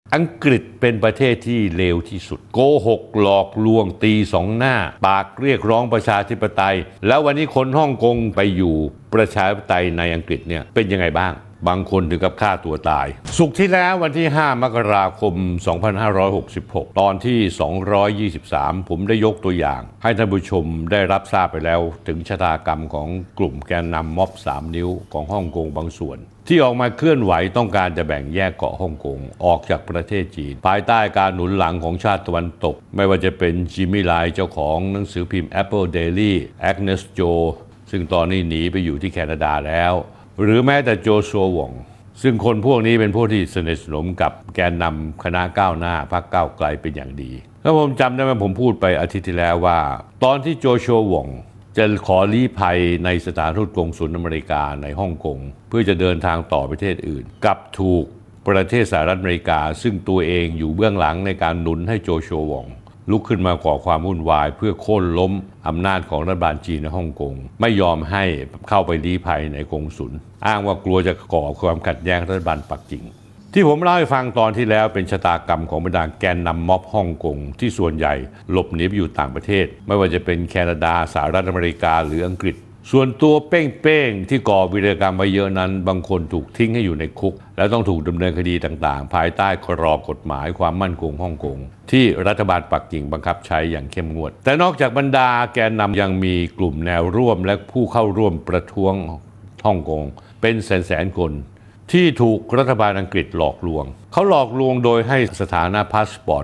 อังกฤษเป็นประเทศที่เลวที่สุดโกหกหลอกลวงตีสองหน้าปากเรียกร้องประชาธิปไตยแล้ววันนี้คนฮ่องกงไปอยู่ประชาธิปไตยในอังกฤษเนี่ยเป็นยังไงบ้างบางคนถึงกับฆ่าตัวตายศุกร์ที่แล้ววันที่5 มกราคม 2566 ตอนที่ 223 ผมได้ยกตัวอย่างให้ท่านผู้ชมได้รับทราบไปแล้วถึงชะตากรรมของกลุ่มแกนนำม็อบ 3 นิ้วของฮ่องกงบางส่วนที่ออกมาเคลื่อนไหวต้องการจะแบ่งแยกเกาะฮ่องกงออกจากประเทศจีนภายใต้การหนุนหลังของชาติตะวันตกไม่ว่าจะเป็นจิมมี่ไลเจ้าของหนังสือพิมพ์ Apple Daily แอกเนสโจซึ่งตอนนี้หนีไปอยู่ที่แคนาดาแล้วหรือแม้แต่โจชัวหว่องซึ่งคนพวกนี้เป็นพวกที่สนิทสนมกับแกนนำคณะก้าวหน้าพรรคก้าวไกลเป็นอย่างดีแล้วผมจำได้ว่าผมพูดไปอาทิตย์ที่แล้วว่าตอนที่โจชัวหว่องจะขอลี้ภัยในสถานทูตกงสุลอเมริกาในฮ่องกงเพื่อจะเดินทางต่อประเทศอื่นกับถูกประเทศสหรัฐอเมริกาซึ่งตัวเองอยู่เบื้องหลังในการหนุนให้โจชัวหว่องลุกขึ้นมาก่อความวุ่นวายเพื่อโค่นล้มอำนาจของรัฐบาลจีนในฮ่องกงไม่ยอมให้เข้าไปลี้ภัยในกงสุลอ้างว่ากลัวจะก่อความขัดแย้งรัฐบาลปักกิ่งที่ผมเล่าให้ฟังตอนที่แล้วเป็นชะตากรรมของบรรดาแกนนำม็อบฮ่องกงที่ส่วนใหญ่หลบหนีไปอยู่ต่างประเทศไม่ว่าจะเป็นแคนาดาสหรัฐอเมริกาหรืออังกฤษส่วนตัวเป้งๆที่ก่อวีรกรรมไว้เยอะนั้นบางคนถูกทิ้งให้อยู่ในคุกแล้วต้องถูกดำเนินคดีต่างๆภายใต้กรอบกฎหมายความมั่นคงฮ่องกงที่รัฐบาลปักกิ่งบังคับใช้อย่างเข้มงวดแต่นอกจากบรรดาแกนนำยังมีกลุ่มแนวร่วมและผู้เข้าร่วมประท้วงฮ่องกงเป็นแสนคนที่ถูกรัฐบาลอังกฤษหลอกลวงเขาหลอกลวงโดยให้สถานะพาสปอร์ต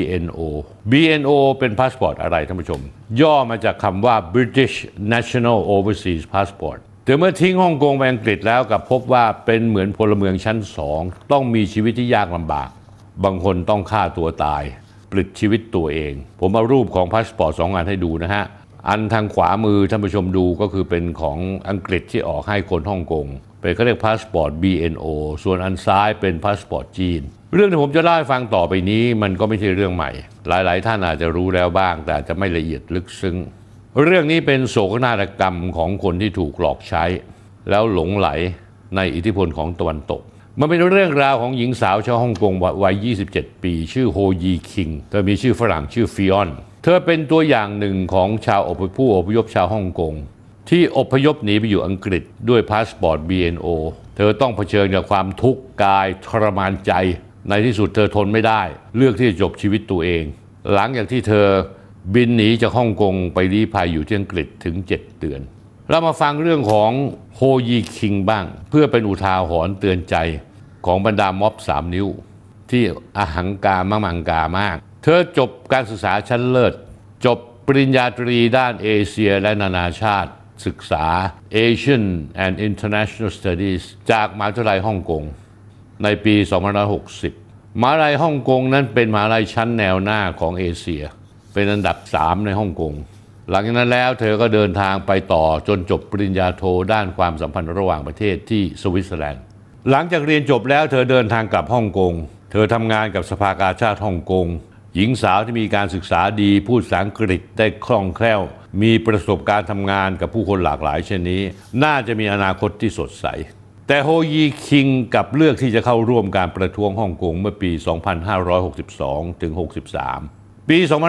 BNO เป็นพาสปอร์ตอะไรท่านผู้ชมย่อมาจากคำว่า British National Overseas Passport แต่เมื่อทิ้งฮ่องกงไปอังกฤษแล้วกับพบว่าเป็นเหมือนพลเมืองชั้น2ต้องมีชีวิตที่ยากลำบากบางคนต้องฆ่าตัวตายปลิดชีวิตตัวเองผมเอารูปของพาสปอร์ต2 อันให้ดูนะฮะอันทางขวามือท่านผู้ชมดูก็คือเป็นของอังกฤษที่ออกให้คนฮ่องกงเป็นเขาเรียกพาสปอร์ต BNO ส่วนอันซ้ายเป็นพาสปอร์ตจีนเรื่องที่ผมจะเล่าให้ฟังต่อไปนี้มันก็ไม่ใช่เรื่องใหม่หลายๆท่านอาจจะรู้แล้วบ้างแต่อาจจะไม่ละเอียดลึกซึ้งเรื่องนี้เป็นโศกนาฏกรรมของคนที่ถูกหลอกใช้แล้วหลงไหลในอิทธิพลของตะวันตกมันเป็นเรื่องราวของหญิงสาวชาวฮ่องกงวัย 27 ปีชื่อโฮยีคิงเธอมีชื่อฝรั่งชื่อฟิออนเธอเป็นตัวอย่างหนึ่งของผู้อพยพชาวฮ่องกงที่อพยพหนีไปอยู่อังกฤษด้วยพาสปอร์ต BNO เธอต้องเผชิญกับความทุกข์กายทรมานใจในที่สุดเธอทนไม่ได้เลือกที่จะจบชีวิตตัวเองหลังจากที่เธอบินหนีจากฮ่องกงไปลี้ภัยอยู่ที่อังกฤษถึง7 เดือนเรามาฟังเรื่องของโฮยีคิงบ้างเพื่อเป็นอุทาหรณ์เตือนใจของบรรดาม็อบ3 นิ้วที่อหังการมังกามากเธอจบการศึกษาชั้นเลิศจบปริญญาตรีด้านเอเชียและนานาชาติศึกษา Asian and International Studies จากมหาวิทยาลัยฮ่องกงในปี 2560 มหาวิทยาลัยฮ่องกงนั้นเป็นมหาวิทยาลัยชั้นแนวหน้าของเอเชียเป็นอันดับ3ในฮ่องกงหลังจากนั้นแล้วเธอก็เดินทางไปต่อจนจบปริญญาโทด้านความสัมพันธ์ระหว่างประเทศที่สวิตเซอร์แลนด์หลังจากเรียนจบแล้วเธอเดินทางกลับฮ่องกงเธอทำงานกับสภากาชาดฮ่องกงหญิงสาวที่มีการศึกษาดีพูดภาษาอังกฤษได้คล่องแคล่วมีประสบการณ์ทำงานกับผู้คนหลากหลายเช่นนี้น่าจะมีอนาคตที่สดใสแต่โฮยีคิงกับเลือกที่จะเข้าร่วมการประท้วงฮ่องกงเมื่อปี 2562 ถึง 63 ปี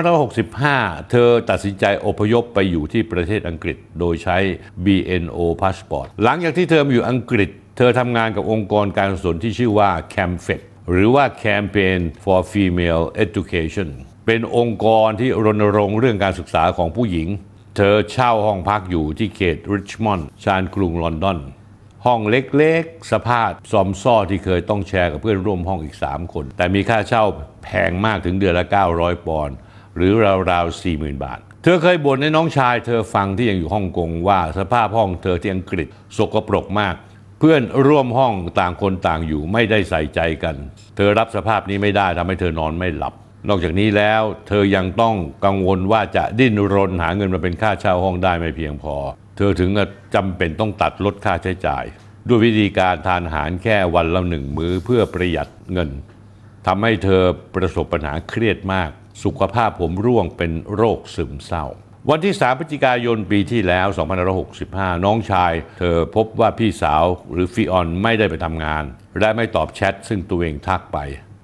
2565 เธอตัดสินใจอพยพไปอยู่ที่ประเทศอังกฤษโดยใช้ BNO Passport หลังจากที่เธออยู่อังกฤษเธอทำงานกับองค์กรการกุศลที่ชื่อว่า CAMFED หรือว่า Campaign for Female Education เป็นองค์กรที่รณรงค์เรื่องการศึกษาของผู้หญิงเธอเช่าห้องพักอยู่ที่เขตริชมอนด์ชานกรุงลอนดอนห้องเล็กๆสภาพซอมซ่อที่เคยต้องแชร์กับเพื่อนร่วมห้องอีก3 คนแต่มีค่าเช่าแพงมากถึงเดือนละ900 ปอนด์หรือราวๆ 40,000 บาทเธอเคยบ่นให้น้องชายเธอฟังที่ยังอยู่ฮ่องกงว่าสภาพห้องเธอที่อังกฤษสกปรกมากเพื่อนร่วมห้องต่างคนต่างอยู่ไม่ได้ใส่ใจกันเธอรับสภาพนี้ไม่ได้ทำให้เธอนอนไม่หลับนอกจากนี้แล้วเธอยังต้องกังวลว่าจะดิ้นรนหาเงินมาเป็นค่าเช่าห้องได้ไม่เพียงพอเธอถึงจำเป็นต้องตัดลดค่าใช้จ่ายด้วยวิธีการทานอาหารแค่วันละ1 มื้อเพื่อประหยัดเงินทำให้เธอประสบปัญหาเครียดมากสุขภาพผมร่วงเป็นโรคซึมเศร้าวันที่3 พฤศจิกายนปีที่แล้ว2565น้องชายเธอพบว่าพี่สาวหรือฟิออนไม่ได้ไปทำงานและไม่ตอบแชทซึ่งตัวเองทักไป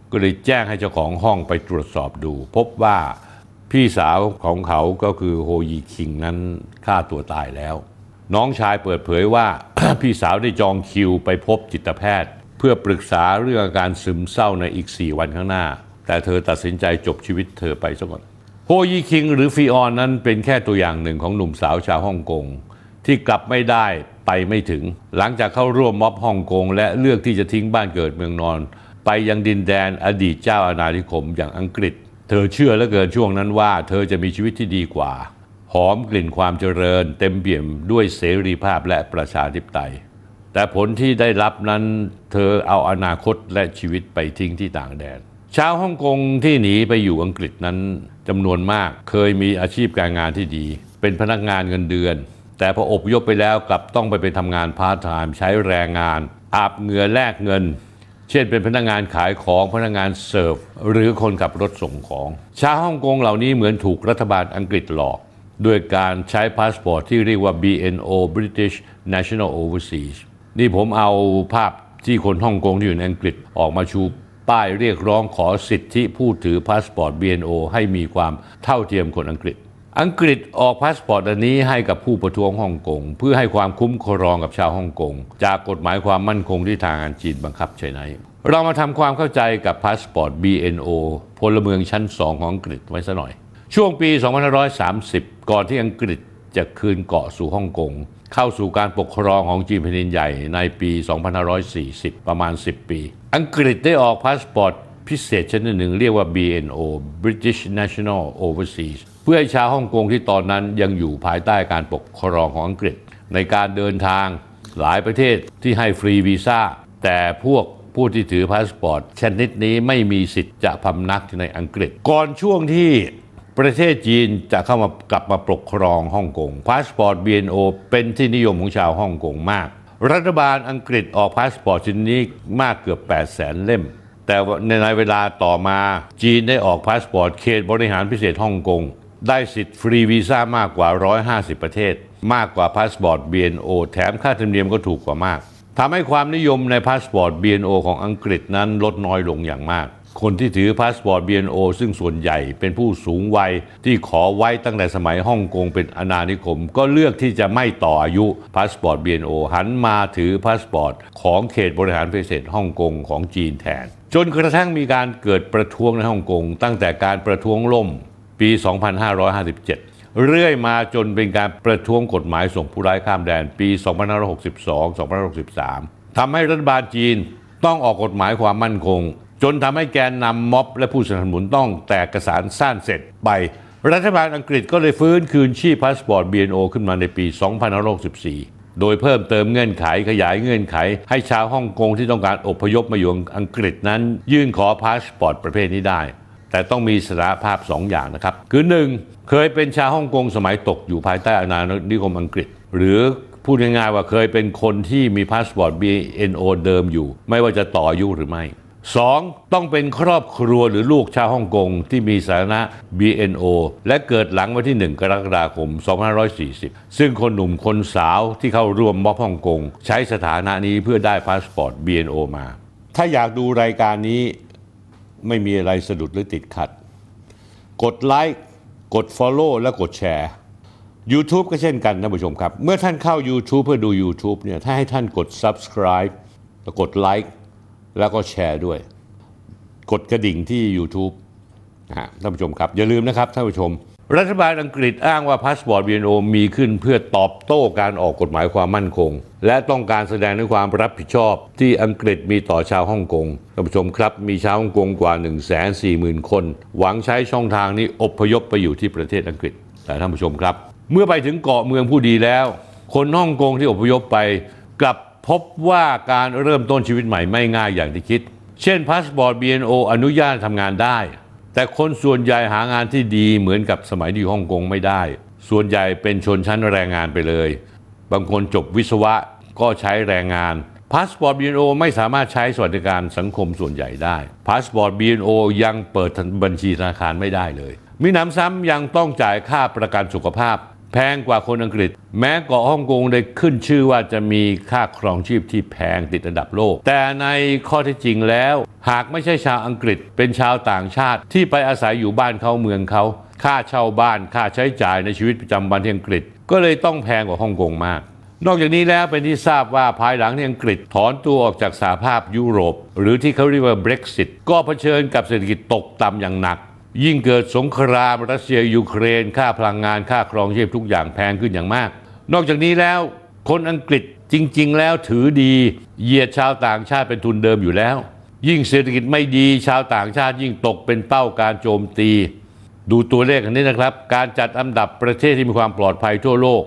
ก็เลยแจ้งให้เจ้าของห้องไปตรวจสอบดูพบว่าพี่สาวของเขาก็คือโฮยีคิงนั้นฆ่าตัวตายแล้วน้องชายเปิดเผยว่า พี่สาวได้จองคิวไปพบจิตแพทย์เพื่อปรึกษาเรื่องอาการซึมเศร้าในอีก4 วันข้างหน้าแต่เธอตัดสินใจจบชีวิตเธอไปซะก่อนโฮยีคิงหรือฟีออนนั้นเป็นแค่ตัวอย่างหนึ่งของหนุ่มสาวชาวฮ่องกงที่กลับไม่ได้ไปไม่ถึงหลังจากเข้าร่วมม็อบฮ่องกงและเลือกที่จะทิ้งบ้านเกิดเมืองนอนไปยังดินแดนอดีตเจ้าอาณานิคมอย่างอังกฤษเธอเชื่อเหลือเกินช่วงนั้นว่าเธอจะมีชีวิตที่ดีกว่าหอมกลิ่นความเจริญเต็มเปี่ยมด้วยเสรีภาพและประชาธิปไตยแต่ผลที่ได้รับนั้นเธอเอาอนาคตและชีวิตไปทิ้งที่ต่างแดนชาวฮ่องกงที่หนีไปอยู่อังกฤษนั้นจำนวนมากเคยมีอาชีพการงานที่ดีเป็นพนักงานเงินเดือนแต่พออพยพไปแล้วกลับต้องไปทำงานพาร์ทไทม์ใช้แรงงานอาบเหงื่อแลกเงินเช่นเป็นพนักงานขายของพนักงานเสิร์ฟหรือคนขับรถส่งของชาวฮ่องกงเหล่านี้เหมือนถูกรัฐบาลอังกฤษหลอกด้วยการใช้พาสปอร์ตที่เรียกว่า BNO British National Overseas นี่ผมเอาภาพที่คนฮ่องกงที่อยู่ในอังกฤษออกมาชูป้ายเรียกร้องขอสิทธิผู้ถือพาสปอร์ต BNO ให้มีความเท่าเทียมคนอังกฤษอังกฤษออกพาสปอร์ตอันนี้ให้กับผู้ประท้วงฮ่องกงเพื่อให้ความคุ้มครองกับชาวฮ่องกงจากกฎหมายความมั่นคงที่ทางการจีนบังคับใช้ในเรามาทำความเข้าใจกับพาสปอร์ต BNO พลเมืองชั้น2ของอังกฤษไว้ซะหน่อยช่วงปี2530ก่อนที่อังกฤษจะคืนเกาะสู่ฮ่องกงเข้าสู่การปกครองของจีนแผ่นดินใหญ่ในปี2540ประมาณ10 ปีอังกฤษได้ออกพาสปอร์ตพิเศษชนิดหนึ่งเรียกว่า BNO British National Overseas เพื่อให้ชาวฮ่องกงที่ตอนนั้นยังอยู่ภายใต้การปกครองของอังกฤษในการเดินทางหลายประเทศที่ให้ฟรีวีซ่าแต่ผู้ที่ถือพาสปอร์ตชนิดนี้ไม่มีสิทธิ์จะพำนักในอังกฤษก่อนช่วงที่ประเทศจีนจะเข้ามากลับมาปกครองฮ่องกงพาสปอร์ต BNO เป็นที่นิยมของชาวฮ่องกงมากรัฐบาลอังกฤษออกพาสปอร์ตชนิดนี้มากเกือบ 800,000 เล่มแต่ในเวลาต่อมาจีนได้ออกพาสปอร์ตเขตบริหารพิเศษฮ่องกงได้สิทธิ์ฟรีวีซ่ามากกว่า150ประเทศมากกว่าพาสปอร์ต BNO แถมค่าธรรมเนียมก็ถูกกว่ามากทำให้ความนิยมในพาสปอร์ต BNO ของอังกฤษนั้นลดน้อยลงอย่างมากคนที่ถือพาสปอร์ต BNO ซึ่งส่วนใหญ่เป็นผู้สูงวัยที่ขอไว้ตั้งแต่สมัยฮ่องกงเป็นอาณานิคมก็เลือกที่จะไม่ต่ออายุพาสปอร์ต BNO หันมาถือพาสปอร์ตของเขตบริหารพิเศษฮ่องกงของจีนแทนจนกระทั่งมีการเกิดประท้วงในฮ่องกงตั้งแต่การประท้วงล่มปี 2557 เรื่อยมาจนเป็นการประท้วงกฎหมายส่งผู้ร้ายข้ามแดนปี 2562-2563 ทำให้รัฐบาลจีนต้องออกกฎหมายความมั่นคงจนทำให้แกนนำม็อบและผู้สนับสนุนต้องแตกกระสานซ่านเสร็จไปรัฐบาลอังกฤษก็เลยฟื้นคืนชีพพาสปอร์ต BNO ขึ้นมาในปี 2564 โดยเพิ่มเติมเงื่อนไขขยายเงื่อนไขให้ชาวฮ่องกงที่ต้องการอพยพมาอยู่อังกฤษนั้นยื่นขอพาสปอร์ตประเภทนี้ได้แต่ต้องมีสถานภาพ2 อย่างนะครับคือ 1. เคยเป็นชาวฮ่องกงสมัยตกอยู่ภายใต้อาณานิคมอังกฤษหรือพูดง่ายๆว่าเคยเป็นคนที่มีพาสปอร์ต BNO เดิมอยู่ไม่ว่าจะต่ออายุหรือไม่ 2. ต้องเป็นครอบครัวหรือลูกชาวฮ่องกงที่มีสถานะ BNO และเกิดหลังวันที่ 1 กรกฎาคม 2540 ซึ่งคนหนุ่มคนสาวที่เข้าร่วมม็อบฮ่องกงใช้สถานะนี้เพื่อได้พาสปอร์ต BNO มาถ้าอยากดูรายการนี้ไม่มีอะไรสะดุดหรือติดขัดกดไลค์กด Follow และกดแชร์ YouTube ก็เช่นกันนะผู้ชมครับเมื่อท่านเข้า YouTube เพื่อดู YouTube เนี่ยถ้าให้ท่านกด Subscribe แล้วกดไลค์แล้วก็แชร์ด้วยกดกระดิ่งที่ YouTube ท่านผู้ชมครับอย่าลืมนะครับท่านผู้ชมรัฐบาลอังกฤษอ้างว่าพาสปอร์ต BNO มีขึ้นเพื่อตอบโต้การออกกฎหมายความมั่นคงและต้องการแสดงถึงความรับผิดชอบที่อังกฤษมีต่อชาวฮ่องกงท่านผู้ชมครับมีชาวฮ่องกงกว่า 140,000 คนหวังใช้ช่องทางนี้อพยพไปอยู่ที่ประเทศอังกฤษแต่ท่านผู้ชมครับเมื่อไปถึงเกาะเมืองผู้ดีแล้วคนฮ่องกงที่อพยพไปกลับพบว่าการเริ่มต้นชีวิตใหม่ไม่ง่ายอย่างที่คิดเช่นพาสปอร์ต BNO อนุญาตทำงานได้แต่คนส่วนใหญ่หางานที่ดีเหมือนกับสมัยที่ฮ่องกงไม่ได้ส่วนใหญ่เป็นชนชั้นแรงงานไปเลยบางคนจบวิศวะก็ใช้แรงงานพาสปอร์ต BNO ไม่สามารถใช้สวัสดิการสังคมส่วนใหญ่ได้พาสปอร์ต BNO ยังเปิดบัญชีธนาคารไม่ได้เลยมีหนำซ้ำยังต้องจ่ายค่าประกันสุขภาพแพงกว่าคนอังกฤษแม้เกาะฮ่องกงได้ขึ้นชื่อว่าจะมีค่าครองชีพที่แพงติดอันดับโลกแต่ในข้อเท็จจริงแล้วหากไม่ใช่ชาวอังกฤษเป็นชาวต่างชาติที่ไปอาศัยอยู่บ้านเขาเมืองเขาค่าเช่าบ้านค่าใช้จ่ายในชีวิตประจำวันที่อังกฤษก็เลยต้องแพงกว่าฮ่องกงมากนอกจากนี้แล้วเป็นที่ทราบว่าภายหลังที่อังกฤษถอนตัวออกจากสหภาพยุโรปหรือที่เขาเรียกว่า Brexit ก็เผชิญกับเศรษฐกิจตกต่ำอย่างหนักยิ่งเกิดสงครามรัสเซียยูเครนค่าพลังงานค่าครองชีพทุกอย่างแพงขึ้นอย่างมากนอกจากนี้แล้วคนอังกฤษจริงๆแล้วถือดีเหยียดชาวต่างชาติเป็นทุนเดิมอยู่แล้วยิ่งเศรษฐกิจไม่ดีชาวต่างชาติยิ่งตกเป็นเป้าการโจมตีดูตัวเลขอันนี้นะครับการจัดอันดับประเทศที่มีความปลอดภัยทั่วโลก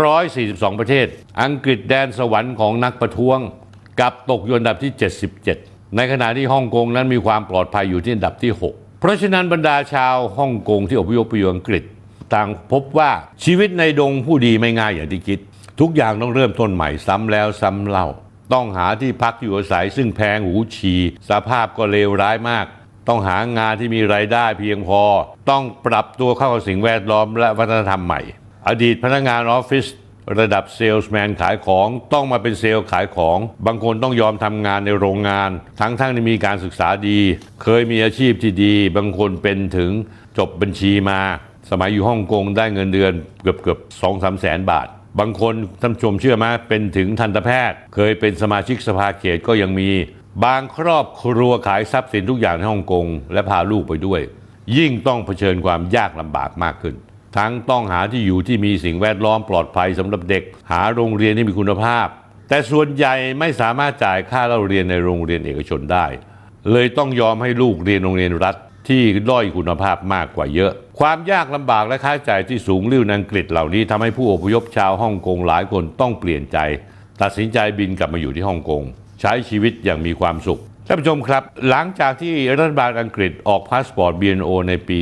142ประเทศอังกฤษแดนสวรรค์ของนักประท้วงกับตกอยู่อันดับที่77ในขณะที่ฮ่องกงนั้นมีความปลอดภัยอยู่ที่อันดับที่6เพราะฉะนั้นบรรดาชาวฮ่องกงที่อพยพไปอยู่อังกฤษต่างพบว่าชีวิตในดงผู้ดีไม่ง่ายอย่างที่คิดทุกอย่างต้องเริ่มต้นใหม่ซ้ำแล้วซ้ำเล่าต้องหาที่พักอยู่อาศัยซึ่งแพงหูฉี่สภาพก็เลวร้ายมากต้องหางานที่มีรายได้เพียงพอต้องปรับตัวเข้ากับสิ่งแวดล้อมและวัฒนธรรมใหม่อดีตพนักงานออฟฟิศระดับเซลส์แมนขายของต้องมาเป็นเซลล์ขายของบางคนต้องยอมทำงานในโรงงานทั้งที่มีการศึกษาดีเคยมีอาชีพที่ดีบางคนเป็นถึงจบบัญชีมาสมัยอยู่ฮ่องกงได้เงินเดือนเกือบ 2-3 แสนบาทบางคนท่านชมเชื่อไหมเป็นถึงทันตแพทย์เคยเป็นสมาชิกสภาเขตก็ยังมีบางครอบครัวขายทรัพย์สินทุกอย่างในฮ่องกงและพาลูกไปด้วยยิ่งต้องเผชิญความยากลำบากมากขึ้นทั้งต้องหาที่อยู่ที่มีสิ่งแวดล้อมปลอดภัยสำหรับเด็กหาโรงเรียนที่มีคุณภาพแต่ส่วนใหญ่ไม่สามารถจ่ายค่าเล่าเรียนในโรงเรียนเอกชนได้เลยต้องยอมให้ลูกเรียนโรงเรียนรัฐที่ด้อยคุณภาพมากกว่าเยอะความยากลำบากและค่าใช้จ่ายที่สูงลิ่วในอังกฤษเหล่านี้ทำให้ผู้อพยพชาวฮ่องกงหลายคนต้องเปลี่ยนใจตัดสินใจบินกลับมาอยู่ที่ฮ่องกงใช้ชีวิตอย่างมีความสุขท่านผู้ชมครับหลังจากที่รัฐบาลอังกฤษออกพาสปอร์ต BNO ในปี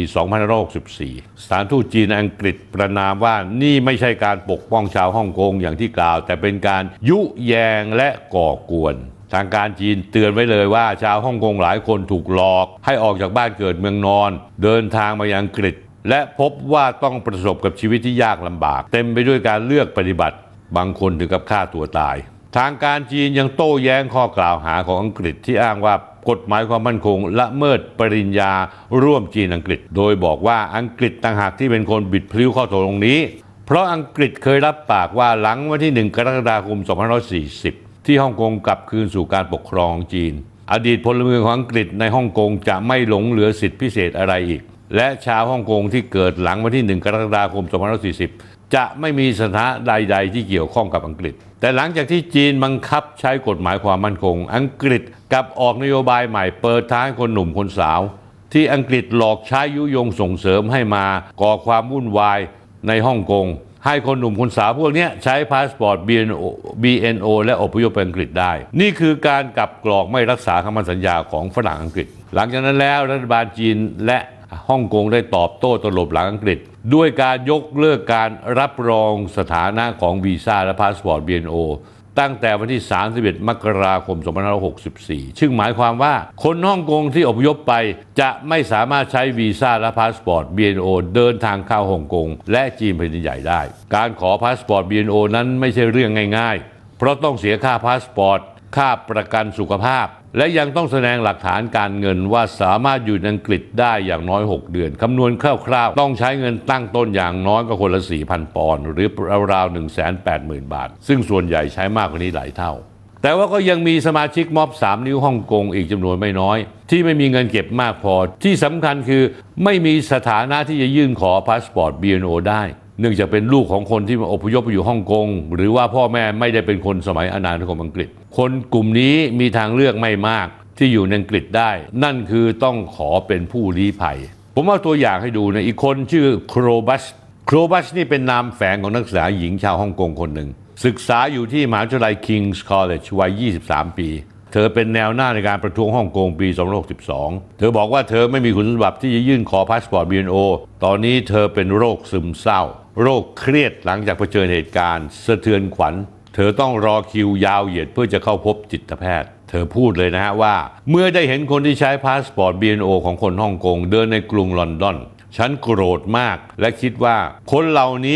2564สถานทูตจีนอังกฤษประณามว่านี่ไม่ใช่การปกป้องชาวฮ่องกงอย่างที่กล่าวแต่เป็นการยุแยงและก่อกวนทางการจีนเตือนไว้เลยว่าชาวฮ่องกงหลายคนถูกหลอกให้ออกจากบ้านเกิดเมืองนอนเดินทางมายังอังกฤษและพบว่าต้องประสบกับชีวิตที่ยากลำบากเต็มไปด้วยการเลือกปฏิบัติบางคนถึงกับฆ่าตัวตายทางการจีนยังโต้แย้งข้อกล่าวหาของอังกฤษที่อ้างว่ากฎหมายความมั่นคงละเมิดปริญญาร่วมจีนอังกฤษโดยบอกว่าอังกฤษต่างหากที่เป็นคนบิดพลิ้วข้อตกลงนี้เพราะอังกฤษเคยรับปากว่าหลังวันที่1 กรกฎาคม 2540ที่ฮ่องกงกลับคืนสู่การปกครองจีนอดีตพลเมืองของอังกฤษในฮ่องกงจะไม่หลงเหลือสิทธิพิเศษอะไรอีกและชาวฮ่องกงที่เกิดหลังวันที่1 กรกฎาคม 2540จะไม่มีสถานะใดๆที่เกี่ยวข้องกับอังกฤษแต่หลังจากที่จีนบังคับใช้กฎหมายความมั่นคงอังกฤษกลับออกนโยบายใหม่เปิดทางให้คนหนุ่มคนสาวที่อังกฤษหลอกใช้ยุยงส่งเสริมให้มาก่อความวุ่นวายในฮ่องกงให้คนหนุ่มคนสาวพวกนี้ใช้พาสปอร์ต BNO และอพยพไปอังกฤษได้นี่คือการกลับกรอกไม่รักษาคำมั่นสัญญาของฝรั่งอังกฤษหลังจากนั้นแล้วรัฐบาลจีนและฮ่องกงได้ตอบโต้ตลบหลังอังกฤษด้วยการยกเลิกการรับรองสถานะของวีซ่าและพาสปอร์ต BNO ตั้งแต่วันที่31 มกราคม 2564ซึ่งหมายความว่าคนฮ่องกงที่อพยพไปจะไม่สามารถใช้วีซ่าและพาสปอร์ต BNO เดินทางเข้าฮ่องกงและจีนแผ่นดินใหญ่ได้การขอพาสปอร์ต BNO นั้นไม่ใช่เรื่องง่ายๆเพราะต้องเสียค่าพาสปอร์ตค่าประกันสุขภาพและยังต้องแสดงหลักฐานการเงินว่าสามารถอยู่ในอังกฤษได้อย่างน้อย6เดือนคำนวณคร่าวๆต้องใช้เงินตั้งต้นอย่างน้อยก็คนละ 4,000 ปอนด์หรือราวๆ 180,000 บาทซึ่งส่วนใหญ่ใช้มากกว่านี้หลายเท่าแต่ว่าก็ยังมีสมาชิกม็อบ3 นิ้วฮ่องกงอีกจำนวนไม่น้อยที่ไม่มีเงินเก็บมากพอที่สำคัญคือไม่มีสถานะที่จะยื่นขอพาสปอร์ต BNO ได้เนื่องจากเป็นลูกของคนที่มาอพยพไปอยู่ฮ่องกงหรือว่าพ่อแม่ไม่ได้เป็นคนสมัยอาณานิคมอังกฤษคนกลุ่มนี้มีทางเลือกไม่มากที่อยู่ในอังกฤษได้นั่นคือต้องขอเป็นผู้ลี้ภัยผมเอาตัวอย่างให้ดูนะอีกคนชื่อโครบัชนี่เป็นนามแฝงของนักศึกษาหญิงชาวฮ่องกงคนหนึ่งศึกษาอยู่ที่มหาวิทยาลัย King's College วัย 23 ปีเธอเป็นแนวหน้าในการประท้วงฮ่องกงปี2562เธอบอกว่าเธอไม่มีคุณสมบัติที่จะยื่นขอพาสปอร์ต BNO ตอนนี้เธอเป็นโรคซึมเศร้าโรคเครียดหลังจากเผชิญเหตุการณ์สะเทือนขวัญเธอต้องรอคิวยาวเหยียดเพื่อจะเข้าพบจิตแพทย์เธอพูดเลยนะฮะว่าเมื่อได้เห็นคนที่ใช้พาสปอร์ต BNO ของคนฮ่องกงเดินในกรุงลอนดอนฉันโกรธมากและคิดว่าคนเหล่านี้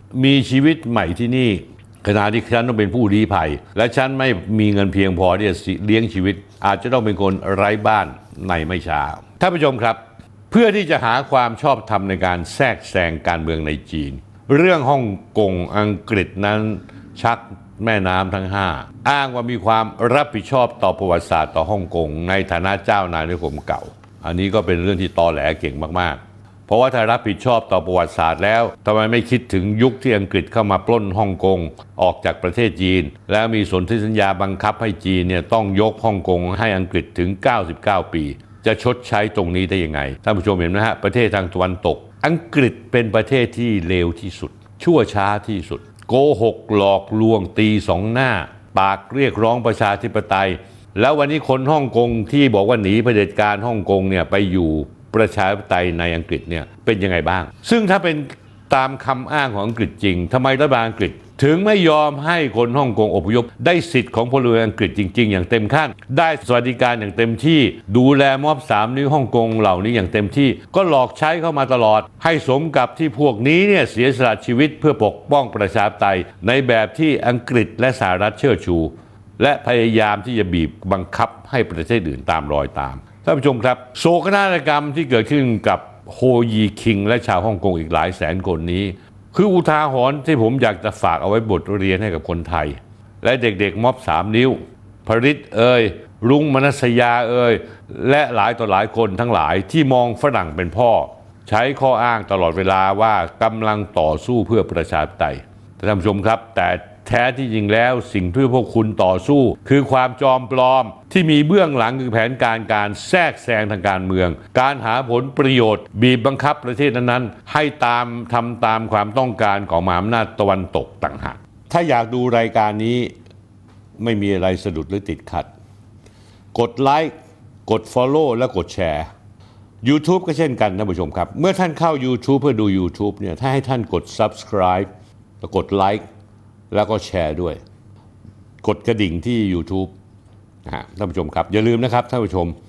มีชีวิตใหม่ที่นี่ขณะที่ฉันต้องเป็นผู้ลี้ภัยและฉันไม่มีเงินเพียงพอที่จะเลี้ยงชีวิตอาจจะต้องเป็นคนไร้บ้านในไม่ช้าท่านผู้ชมครับเพื่อที่จะหาความชอบธรรมในการแทรกแซงการเมืองในจีนเรื่องฮ่องกงอังกฤษนั้นชักแม่น้ำทั้ง5อ้างว่ามีความรับผิดชอบต่อประวัติศาสตร์ต่อฮ่องกงในฐานะเจ้านายนิคมเก่าอันนี้ก็เป็นเรื่องที่ตอแหลเก่งมากๆเพราะว่าถ้ารับผิดชอบต่อประวัติศาสตร์แล้วทำไมไม่คิดถึงยุคที่อังกฤษเข้ามาปล้นฮ่องกงออกจากประเทศจีนแล้วมีสนธิสัญญาบังคับให้จีนเนี่ยต้องยกฮ่องกงให้อังกฤษถึง99 ปีจะชดใช้ตรงนี้ได้ยังไงท่านผู้ชมเห็นไหมฮะประเทศทางตะวันตกอังกฤษเป็นประเทศที่เลวที่สุดชั่วช้าที่สุดโกหกหลอกลวงตีสองหน้าปากเรียกร้องประชาธิปไตยแล้ววันนี้คนฮ่องกงที่บอกว่าหนีเผด็จการฮ่องกงเนี่ยไปอยู่ประชาธิปไตยในอังกฤษเนี่ยเป็นยังไงบ้างซึ่งถ้าเป็นตามคำอ้างของอังกฤษจริงทำไมรัฐบาลอังกฤษถึงไม่ยอมให้คนฮ่องกงอพยพได้สิทธิ์ของพลเรือนอังกฤษจริงๆอย่างเต็มขั้นได้สวัสดิการอย่างเต็มที่ดูแลม็อบ3 นิ้วฮ่องกงเหล่านี้อย่างเต็มที่ก็หลอกใช้เข้ามาตลอดให้สมกับที่พวกนี้เนี่ยเสียสละชีวิตเพื่อปกป้องประชาธิปไตยในแบบที่อังกฤษและสหรัฐเชิดชูและพยายามที่จะบีบบังคับให้ประเทศอื่นตามรอยตามท่านผู้ชมครับโศกนาฏกรรมที่เกิดขึ้นกับโฮยีคิงและชาวฮ่องกงอีกหลายแสนคนนี้คืออุทาหรณ์ที่ผมอยากจะฝากเอาไว้บทเรียนให้กับคนไทยและเด็กๆม็อบ3 นิ้วพริตรุ้งมนัสยาและหลายต่อหลายคนทั้งหลายที่มองฝรั่งเป็นพ่อใช้ข้ออ้างตลอดเวลาว่ากำลังต่อสู้เพื่อประชาธิปไตยท่านผู้ชมครับแต่แท้ที่จริงแล้วสิ่งที่พวกคุณต่อสู้คือความจอมปลอมที่มีเบื้องหลังคือแผนการแทรกแซงทางการเมืองการหาผลประโยชน์บีบบังคับประเทศนั้นๆให้ทำตามความต้องการของมหาอำนาจตะวันตกต่างหากถ้าอยากดูรายการนี้ไม่มีอะไรสะดุดหรือติดขัดกดไลค์กด Follow และกดแชร์ YouTube ก็เช่นกันท่านผู้ชมครับเมื่อท่านเข้า YouTube เพื่อดู YouTube เนี่ยถ้าให้ท่านกด Subscribe แล้วกดไลค์แล้วก็แชร์ด้วยกดกระดิ่งที่ YouTube ท่านผู้ชมครับอย่าลืมนะครับท่านผู้ชม